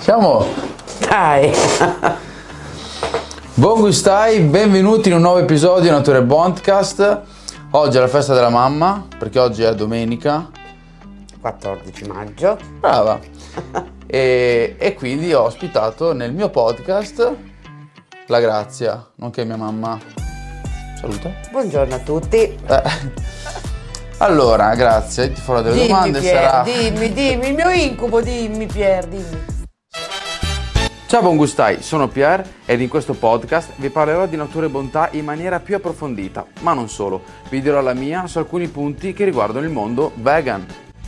Siamo. Dai. Buon gustai, benvenuti in un nuovo episodio di Natura e Bondcast. Oggi è la festa della mamma, perché oggi è domenica 14 maggio. Brava. e quindi ho ospitato nel mio podcast la Grazia, nonché mia mamma. Saluta. Buongiorno a tutti. Allora, Grazia, ti farò delle domande. Pier, dimmi, il mio incubo, dimmi Pier, dimmi. Ciao buon gustai, sono Pier ed in questo podcast vi parlerò di natura e bontà in maniera più approfondita, ma non solo, vi dirò la mia su alcuni punti che riguardano il mondo vegan.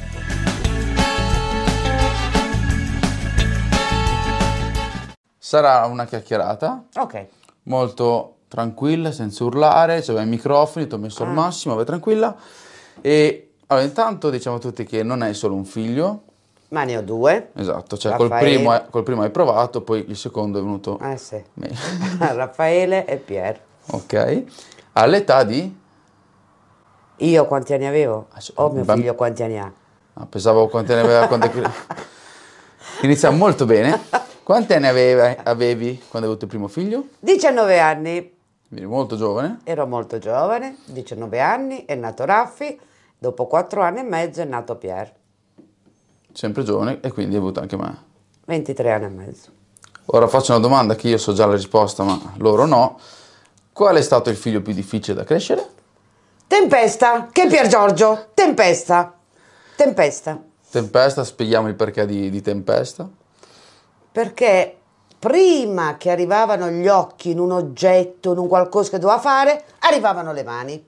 Sarà una chiacchierata, Ok. molto tranquilla, senza urlare, c'è i microfoni, ti ho messo al massimo, vai tranquilla. E allora intanto diciamo a tutti che non hai solo un figlio. Ma ne ho due. Esatto, cioè Raffaele. col primo hai provato, poi il secondo è venuto Sì. meglio. Raffaele e Pier. Ok, all'età di? Io quanti anni avevo? Cioè, Mio figlio quanti anni ha? Pensavo quanti anni aveva Inizia molto bene. Quanti anni avevi quando hai avuto il primo figlio? 19 anni. Quindi molto giovane. Ero molto giovane, 19 anni, è nato Raffi, dopo 4 anni e mezzo è nato Pier. Sempre giovane e quindi hai avuto anche me. 23 anni e mezzo. Ora faccio una domanda che io so già la risposta, ma loro no. Qual è stato il figlio più difficile da crescere? Tempesta, che Pier Giorgio, Tempesta. Tempesta, spieghiamo il perché di Tempesta. Perché prima che arrivavano gli occhi in un oggetto, in un qualcosa che doveva fare, arrivavano le mani.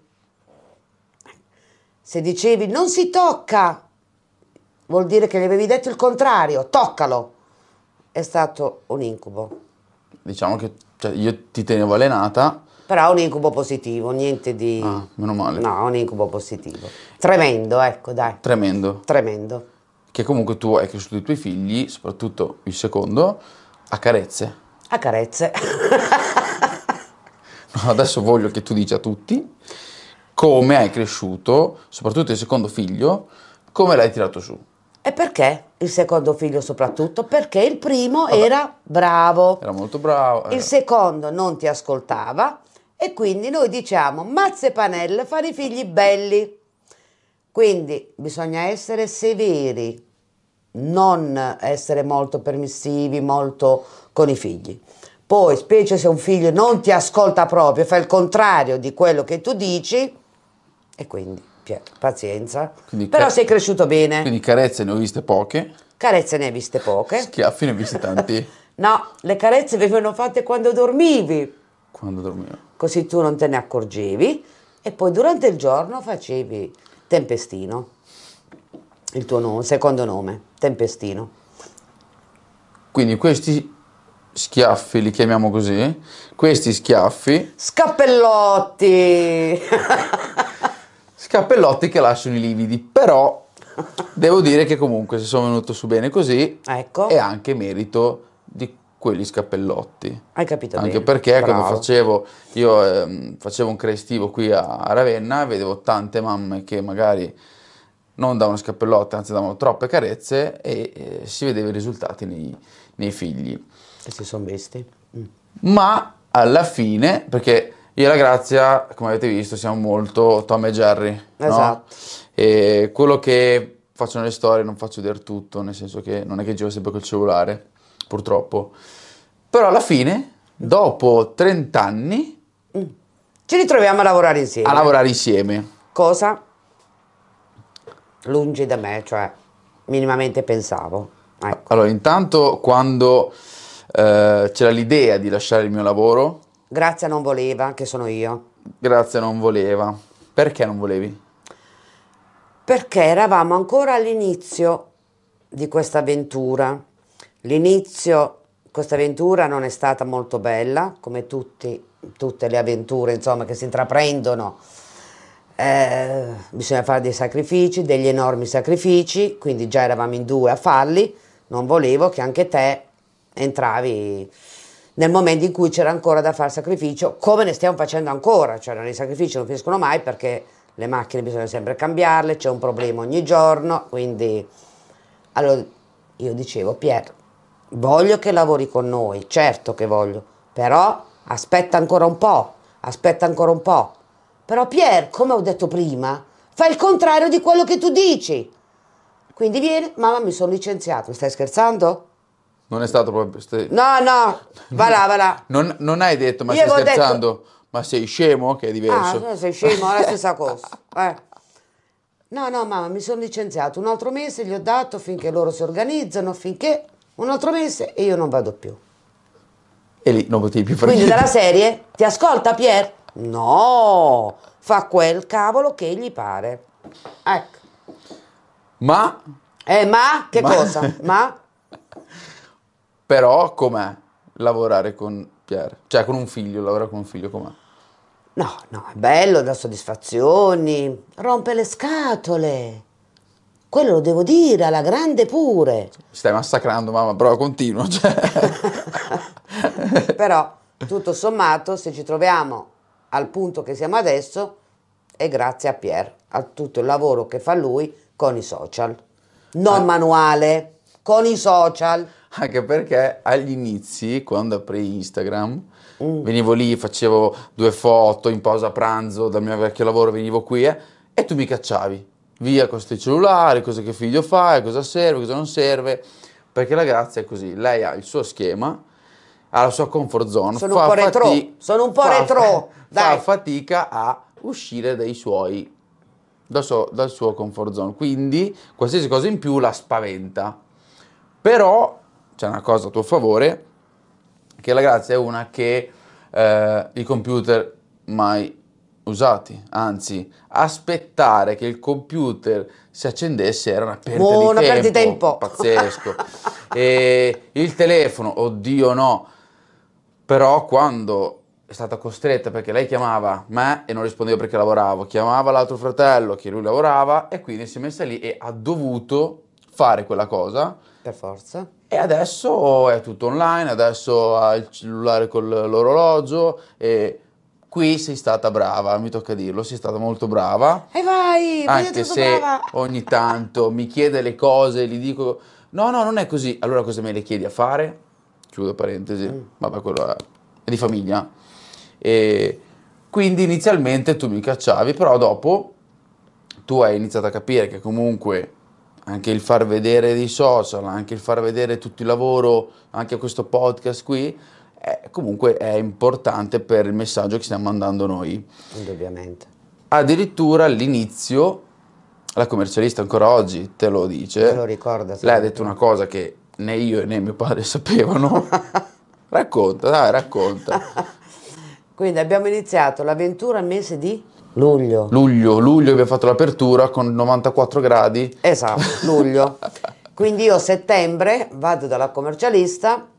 Se dicevi non si tocca, vuol dire che gli avevi detto il contrario, toccalo. È stato un incubo. Diciamo che io ti tenevo allenata. Però un incubo positivo, niente di... Meno male. No, un incubo positivo. Tremendo, ecco, dai. Tremendo. Che comunque tu hai cresciuto i tuoi figli, soprattutto il secondo, a carezze. A carezze. No, adesso voglio che tu dici a tutti come hai cresciuto, soprattutto il secondo figlio, come l'hai tirato su. E perché il secondo figlio soprattutto? Perché il primo era bravo. Era molto bravo. Il secondo non ti ascoltava e quindi noi diciamo mazze panelle, fare i figli belli. Quindi bisogna essere severi, non essere molto permissivi, molto con i figli. Poi, specie se un figlio non ti ascolta proprio, fa il contrario di quello che tu dici, e quindi pazienza. Quindi però sei cresciuto bene. Quindi carezze ne ho viste poche. Carezze ne hai viste poche. Schiaffi ne ho visti tanti. No, le carezze venivano fatte quando dormivi. Quando dormivo. Così tu non te ne accorgevi e poi durante il giorno facevi Tempestino, il tuo nome, secondo nome, Tempestino. Quindi questi schiaffi, li chiamiamo così, questi schiaffi... Scappellotti! Scappellotti che lasciano i lividi, però devo dire che comunque se sono venuto su bene così, Ecco. è anche merito di quegli scappellotti. Hai capito Anche bene. perché Bravo. quando facevo un crestivo qui a Ravenna, vedevo tante mamme che magari non davano scappellotti, anzi davano troppe carezze e si vedeva i risultati nei figli. E si sono visti. Ma alla fine, perché io e la Grazia, come avete visto, siamo molto Tom e Jerry, no? Esatto. E quello che faccio nelle storie non faccio vedere tutto, nel senso che non è che giro sempre col cellulare, purtroppo. Però alla fine, dopo 30 anni... Ci ritroviamo a lavorare insieme. A lavorare insieme. Cosa? Lungi da me, cioè minimamente pensavo. Ecco. Allora, intanto quando c'era l'idea di lasciare il mio lavoro... Grazia non voleva, che sono io. Grazia non voleva. Perché non volevi? Perché eravamo ancora all'inizio di questa avventura. Questa avventura non è stata molto bella, come tutte le avventure, insomma, che si intraprendono. Bisogna fare dei sacrifici, degli enormi sacrifici, quindi già eravamo in due a farli. Non volevo che anche te entravi nel momento in cui c'era ancora da fare sacrificio, come ne stiamo facendo ancora, cioè i sacrifici non finiscono mai perché le macchine bisogna sempre cambiarle, c'è un problema ogni giorno, quindi allora io dicevo Pier, Voglio che lavori con noi, certo che voglio, però aspetta ancora un po', aspetta ancora un po'. Però Pier, come ho detto prima, fa il contrario di quello che tu dici. Quindi vieni, mamma mi sono licenziato, mi stai scherzando? Non è stato proprio... No, no, va là, va là. Non hai detto, ma Io stai avevo detto, scherzando? Ma sei scemo? Che è diverso. sei scemo, è la stessa cosa. No, no, mamma, mi sono licenziato. Un altro mese gli ho dato finché loro si organizzano, finché un altro mese e io non vado più. E lì non potevi più fare Quindi niente. dalla serie, ti ascolta Pier? No, fa quel cavolo che gli pare. Ecco. Ma, Ma che ma cosa? Ma però com'è lavorare con Pier? Cioè con un figlio, lavorare con un figlio com'è? no, no, è bello, dà soddisfazioni, rompe le scatole. Quello lo devo dire, alla grande pure. Stai massacrando, mamma, però continuo. Cioè. Però, tutto sommato, se ci troviamo al punto che siamo adesso, è grazie a Pier, a tutto il lavoro che fa lui con i social. Non Ah, manuale, con i social. anche perché agli inizi, quando aprì Instagram, venivo lì, facevo 2 foto in pausa pranzo dal mio vecchio lavoro, venivo qui e tu mi cacciavi. Via con questi cellulari, cosa che figlio fai, cosa serve, cosa non serve. Perché la Grazia è così, lei ha il suo schema, ha la sua comfort zone, Sono un po' retro, sono un po' retro, fa dai. fatica a uscire dal suo comfort zone. Quindi qualsiasi cosa in più la spaventa. Però c'è una cosa a tuo favore, che la Grazia è una che i computer mai usati, anzi, aspettare che il computer si accendesse era una perdita di Una perdita di tempo, tempo. pazzesco. E il telefono, oddio no, però quando è stata costretta perché lei chiamava me e non rispondevo perché lavoravo, chiamava l'altro fratello che lui lavorava e quindi si è messa lì e ha dovuto fare quella cosa Per forza. e adesso è tutto online, adesso ha il cellulare con l'orologio e qui sei stata brava, mi tocca dirlo, sei stata molto brava, E vai, poi è anche tutto se brava. ogni tanto mi chiede le cose, gli dico no, no, non è così, allora cosa me le chiedi a fare? Chiudo parentesi, vabbè, quello è di famiglia. E quindi inizialmente tu mi cacciavi, però dopo tu hai iniziato a capire che comunque anche il far vedere dei social, anche il far vedere tutto il lavoro, anche questo podcast qui, comunque è importante per il messaggio che stiamo mandando noi. Indubbiamente. Addirittura all'inizio, la commercialista ancora oggi te lo Se lo dice, ricorda lei ha detto sempre. una cosa che né io né mio padre sapevano. Racconta, dai, racconta. Quindi abbiamo iniziato l'avventura al mese di luglio. Luglio abbiamo fatto l'apertura con 94 gradi. Esatto, luglio. Quindi io a settembre vado dalla commercialista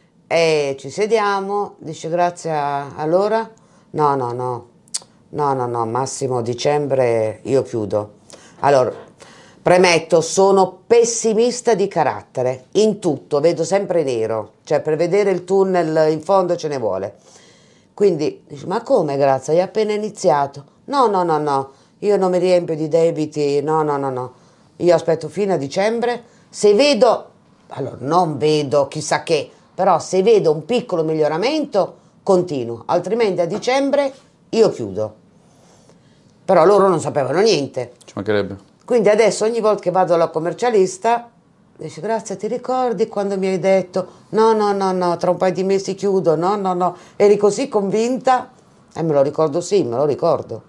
e ci sediamo, dice grazie allora? No, no, no, no, no, no, massimo dicembre io chiudo. Allora, premetto, sono pessimista di carattere, in tutto, vedo sempre nero, cioè per vedere il tunnel in fondo ce ne vuole. Quindi dici, ma come grazie, hai appena iniziato? No, no, no, no, io non mi riempio di debiti, no, no, no, no. Io aspetto fino a dicembre, se vedo, allora non vedo chissà che, però se vedo un piccolo miglioramento, continuo, altrimenti a dicembre io chiudo. Però loro non sapevano niente. Ci mancherebbe. Quindi adesso ogni volta che vado alla commercialista, dice grazie, ti ricordi quando mi hai detto no, no, no, no, tra un paio di mesi chiudo, no, no, no, eri così convinta? E me lo ricordo, sì, me lo ricordo.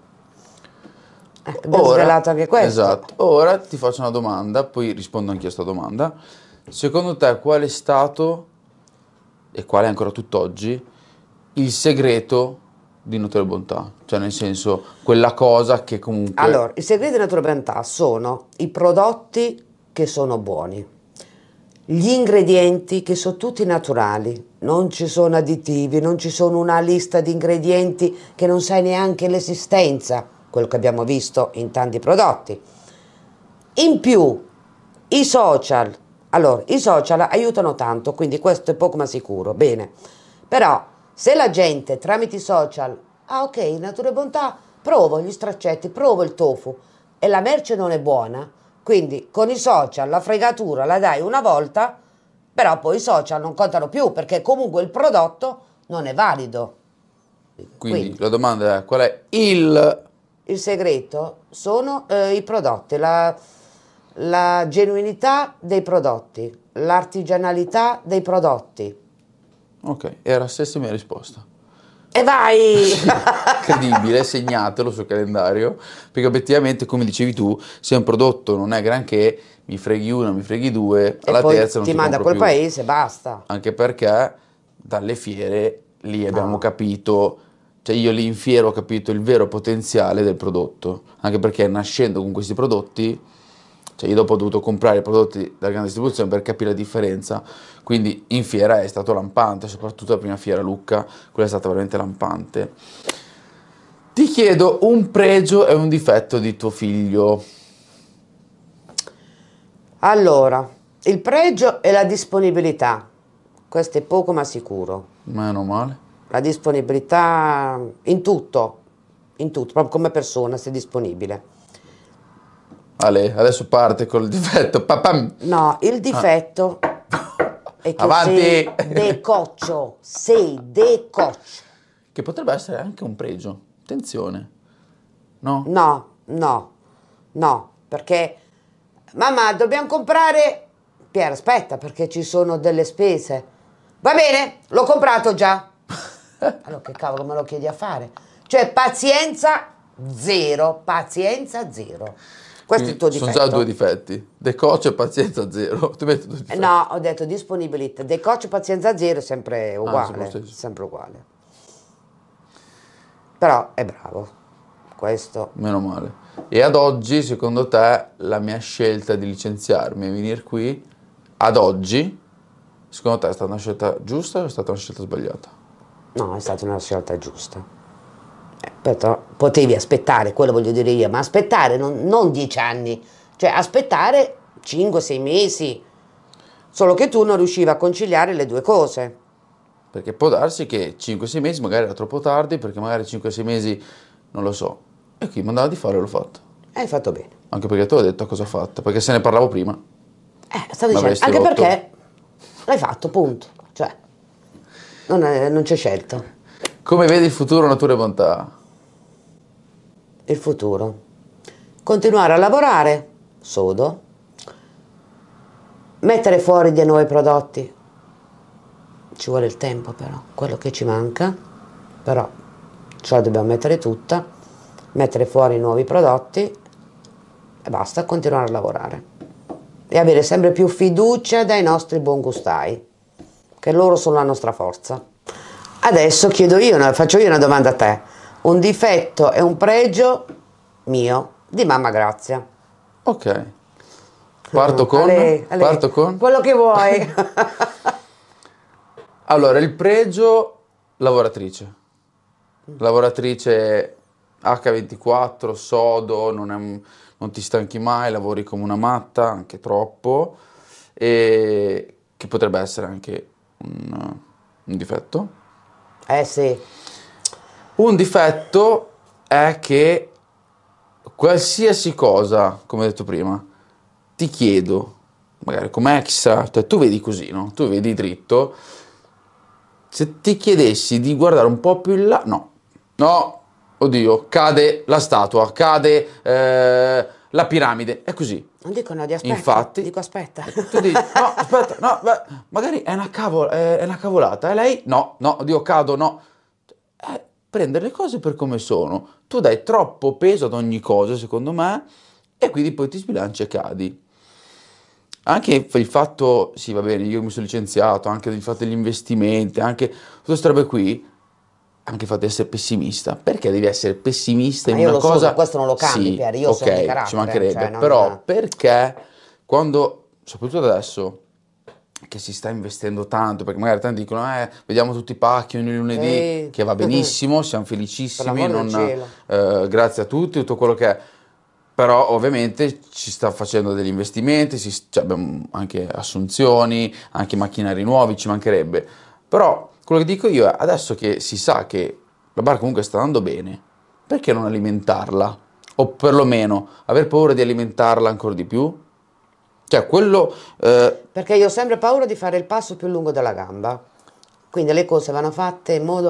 Abbiamo svelato anche questo. Esatto, ora ti faccio una domanda, poi rispondo anche a questa domanda. Secondo te qual è stato, e qual è ancora tutt'oggi, il segreto di Notevole Bontà? Cioè nel senso, quella cosa che comunque... Allora, i segreti di natura e bontà sono i prodotti che sono buoni, gli ingredienti che sono tutti naturali, non ci sono additivi, non ci sono una lista di ingredienti che non sai neanche l'esistenza, quello che abbiamo visto in tanti prodotti. In più, i social, allora, i social aiutano tanto, quindi questo è poco ma sicuro, bene. Però, se la gente tramite i social, ah ok, natura e bontà, provo gli straccetti, provo il tofu e la merce non è buona, quindi con i social la fregatura la dai una volta Però poi i social non contano più perché comunque il prodotto non è valido. Quindi Quindi la domanda è qual è il il segreto sono i prodotti, la genuinità dei prodotti, l'artigianalità dei prodotti. Ok, era la stessa mia risposta. E vai! Sì, incredibile, segnatelo sul calendario, perché obiettivamente, come dicevi tu, se un prodotto non è granché, mi freghi uno, mi freghi due, E alla poi terza non ti ti manda a compro quel più. paese, basta. Anche perché dalle fiere lì abbiamo No. capito, cioè io lì in fiera ho capito il vero potenziale del prodotto, anche perché nascendo con questi prodotti, cioè io dopo ho dovuto comprare i prodotti dalla grande distribuzione per capire la differenza, quindi in fiera è stato lampante, soprattutto la prima fiera a Lucca, quella è stata veramente lampante. Ti chiedo un pregio e un difetto di tuo figlio. Allora, il pregio e la disponibilità. Questo è poco ma sicuro. Meno male. La disponibilità in tutto, proprio come persona, sei disponibile. Ale, adesso parte col difetto. Papam. No, il Ah. difetto è che Avanti! sei decoccio. Che potrebbe essere anche un pregio. Attenzione. No? No, no, no, perché mamma, dobbiamo comprare. Pier, aspetta, perché ci sono delle spese. Va bene, l'ho comprato già. Allora che cavolo me lo chiedi a fare? Cioè, pazienza zero, pazienza zero. Questo è il Quindi tuo sono già due difetto? difetti. Decocio e pazienza zero. Ti metto due difetti. No, ho detto disponibilità. Decoccio pazienza zero è sempre Ah, sempre lo uguale, stesso. sempre uguale. Però è bravo. Questo. Meno male. E ad oggi, secondo te, la mia scelta di licenziarmi e venire qui, ad oggi, secondo te è stata una scelta giusta o è stata una scelta sbagliata? No, è stata una scelta giusta. Però potevi aspettare, quello voglio dire io, ma aspettare non 10 anni, cioè aspettare 5-6 mesi. Solo che tu non riuscivi a conciliare le due cose. Perché può darsi che 5-6 mesi magari era troppo tardi, perché magari 5-6 mesi non lo so. E qui mandava di fare e l'ho fatto. Hai fatto bene. Anche perché tu hai detto cosa ho fatto, perché se ne parlavo prima. Stavo Mi dicendo, avresti anche rotto. perché l'hai fatto, punto. Cioè, non c'è scelta. Come vedi il futuro, natura e bontà? Il futuro. Continuare a lavorare, sodo, mettere fuori dei nuovi prodotti. Ci vuole il tempo però, quello che ci manca, però ce la dobbiamo mettere tutta, mettere fuori nuovi prodotti e basta, continuare a lavorare. E avere sempre più fiducia dai nostri buon gustai, che loro sono la nostra forza. Adesso chiedo io, faccio io una domanda a te. Un difetto e un pregio mio, di mamma Grazia. Ok. Parto con? Ale, Parto con? quello che vuoi. Allora, il pregio, lavoratrice. Lavoratrice H24, sodo, non ti stanchi mai, lavori come una matta, anche troppo, e che potrebbe essere anche un difetto. Sì. Un difetto è che qualsiasi cosa, come ho detto prima, ti chiedo, magari come extra, cioè tu vedi così, no? Tu vedi dritto, se ti chiedessi di guardare un po' più in là, no, no, oddio, cade la statua, cade la piramide, è così. Non dico no, di aspetta. Infatti, Dico aspetta. tu dici, no, aspetta, no, beh, magari è una cavolata, e lei, no, no, oddio, cado, no. Prendere le cose per come sono. Tu dai troppo peso ad ogni cosa, secondo me, e quindi poi ti sbilanci e cadi. Anche il fatto, sì, va bene, io mi sono licenziato, anche il fatto degli investimenti, anche tutte queste robe qui, anche il fatto di essere pessimista. Perché devi essere pessimista Ma in io una lo sono, cosa? questo non lo cambi, Sì, Pier, io sono di ok, ci carattere, mancherebbe, cioè però non. perché quando, soprattutto adesso, che si sta investendo tanto, perché magari tanti dicono, vediamo tutti i pacchi ogni lunedì, Sì. che va benissimo, siamo Per felicissimi, l'amor del non, cielo. grazie a tutti, tutto quello che è. Però ovviamente ci sta facendo degli investimenti, cioè, abbiamo anche assunzioni, anche macchinari nuovi, ci mancherebbe. Però quello che dico io è, adesso che si sa che la barca comunque sta andando bene, perché non alimentarla? O perlomeno aver paura di alimentarla ancora di più? Cioè, quello... Perché io ho sempre paura di fare il passo più lungo della gamba. Quindi le cose vanno fatte in modo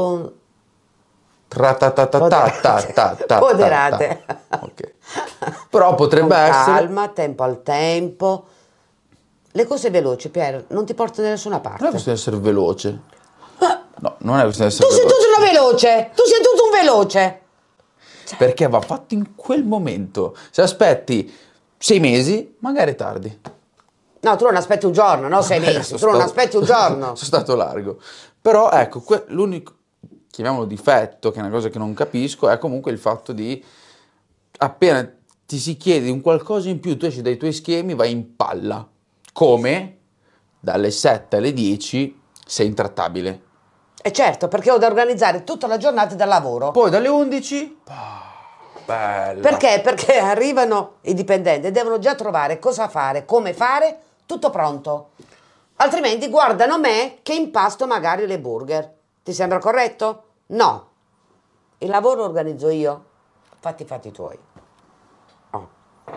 moderate. Ok. Però potrebbe Con essere... calma, tempo al tempo. Le cose veloci, Pier, non ti portano da nessuna Non è parte. questione di essere veloce. No, non è questione di essere Tu sei veloce. tutto un veloce, tu sei tutto un veloce. Perché va fatto in quel momento. Se aspetti 6 mesi, magari è tardi. No, tu non aspetti un giorno, no? 6 mesi, tu non aspetti un giorno. Sono stato largo. Però ecco, l'unico, chiamiamolo difetto, che è una cosa che non capisco, è comunque il fatto di appena ti si chiede un qualcosa in più, tu esci dai tuoi schemi, vai in palla. Come dalle 7 alle 10 sei intrattabile. E certo, perché ho da organizzare tutta la giornata del lavoro. Poi dalle 11, bella. Perché? Perché arrivano i dipendenti e devono già trovare cosa fare, come fare, tutto pronto. Altrimenti guardano me che impasto magari le burger. Ti sembra corretto? No. Il lavoro lo organizzo io. Fatti i fatti tuoi. Oh.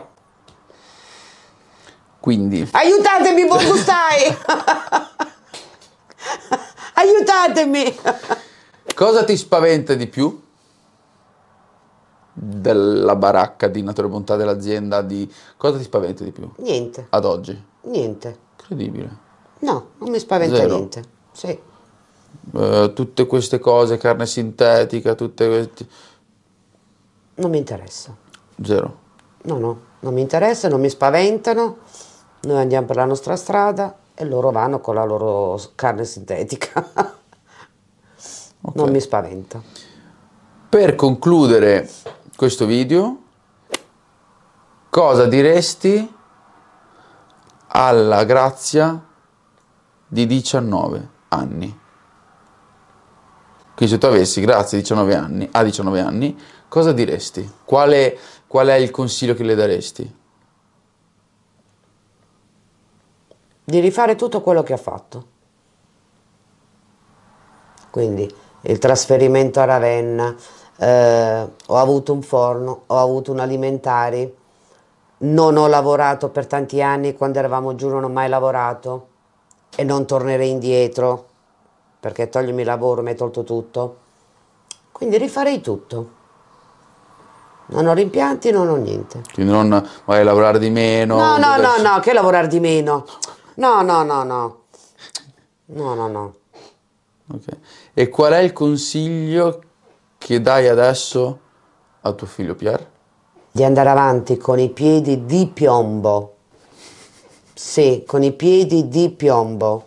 Quindi, Aiutatemi, buon gustai! Aiutatemi! cosa ti spaventa di più della baracca di Natura e Bontà dell'azienda? Cosa ti spaventa di più Niente, ad oggi? niente. Incredibile. No, non mi spaventa Zero. niente. Sì. Tutte queste cose, carne sintetica, tutte queste... Non mi interessa. Zero. No, non mi interessa, non mi spaventano. Noi andiamo per la nostra strada e loro vanno con la loro carne sintetica. Ok. Non mi spaventa. Per concludere questo video, cosa diresti alla Grazia di 19 anni? Quindi se tu avessi Grazia di 19 anni, a 19 anni, cosa diresti? Qual è il consiglio che le daresti? Di rifare tutto quello che ha fatto. Quindi il trasferimento a Ravenna, ho avuto un forno, ho avuto un alimentari, non ho lavorato per tanti anni, quando eravamo giù non ho mai lavorato e non tornerei indietro perché toglimi il lavoro, mi hai tolto tutto. Quindi rifarei tutto. Non ho rimpianti, non ho niente. Quindi non magari lavorare di meno. No, che lavorare di meno. No. Ok. E qual è il consiglio che dai adesso a tuo figlio Pier? Di andare avanti con i piedi di piombo. Sì, con i piedi di piombo.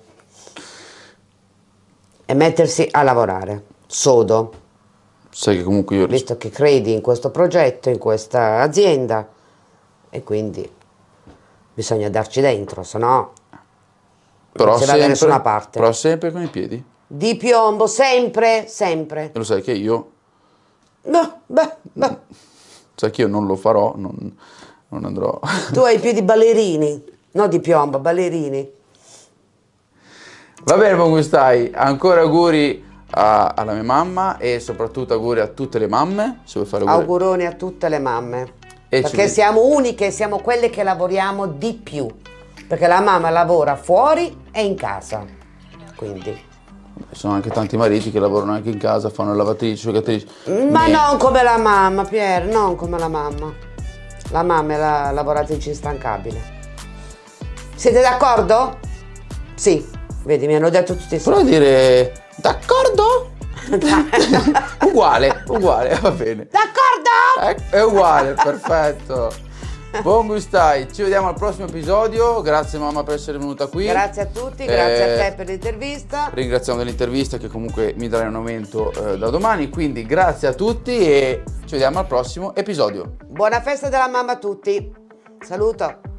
E mettersi a lavorare, sodo. Sai che comunque io Visto che credi in questo progetto, in questa azienda, e quindi bisogna darci dentro, se no non si va da nessuna parte. Però sempre con i piedi. Di piombo, sempre. E lo sai che io, Beh. sai che io non lo farò, non andrò. Tu hai i piedi ballerini, no di piombo, ballerini. Va bene, buon gustai. Ancora auguri alla mia mamma e soprattutto auguri a tutte le mamme. Se vuoi fare auguri. Auguroni a tutte le mamme. E Perché siamo uniche, siamo quelle che lavoriamo di più. Perché la mamma lavora fuori e in casa. Quindi. Ci sono anche tanti mariti che lavorano anche in casa, fanno lavatrici, asciugatrici. Ma non come la mamma, Pier, non come la mamma. La mamma è la lavoratrice instancabile. Siete d'accordo? Sì, vedi, mi hanno detto tutti Però dire d'accordo? uguale, va bene. D'accordo? È uguale, perfetto. Buon gustai, ci vediamo al prossimo episodio. Grazie mamma per essere venuta qui. Grazie a tutti, grazie a te per l'intervista. Ringraziamo dell'intervista che comunque mi darai un aumento da domani. Quindi grazie a tutti e ci vediamo al prossimo episodio. Buona festa della mamma a tutti. Saluto.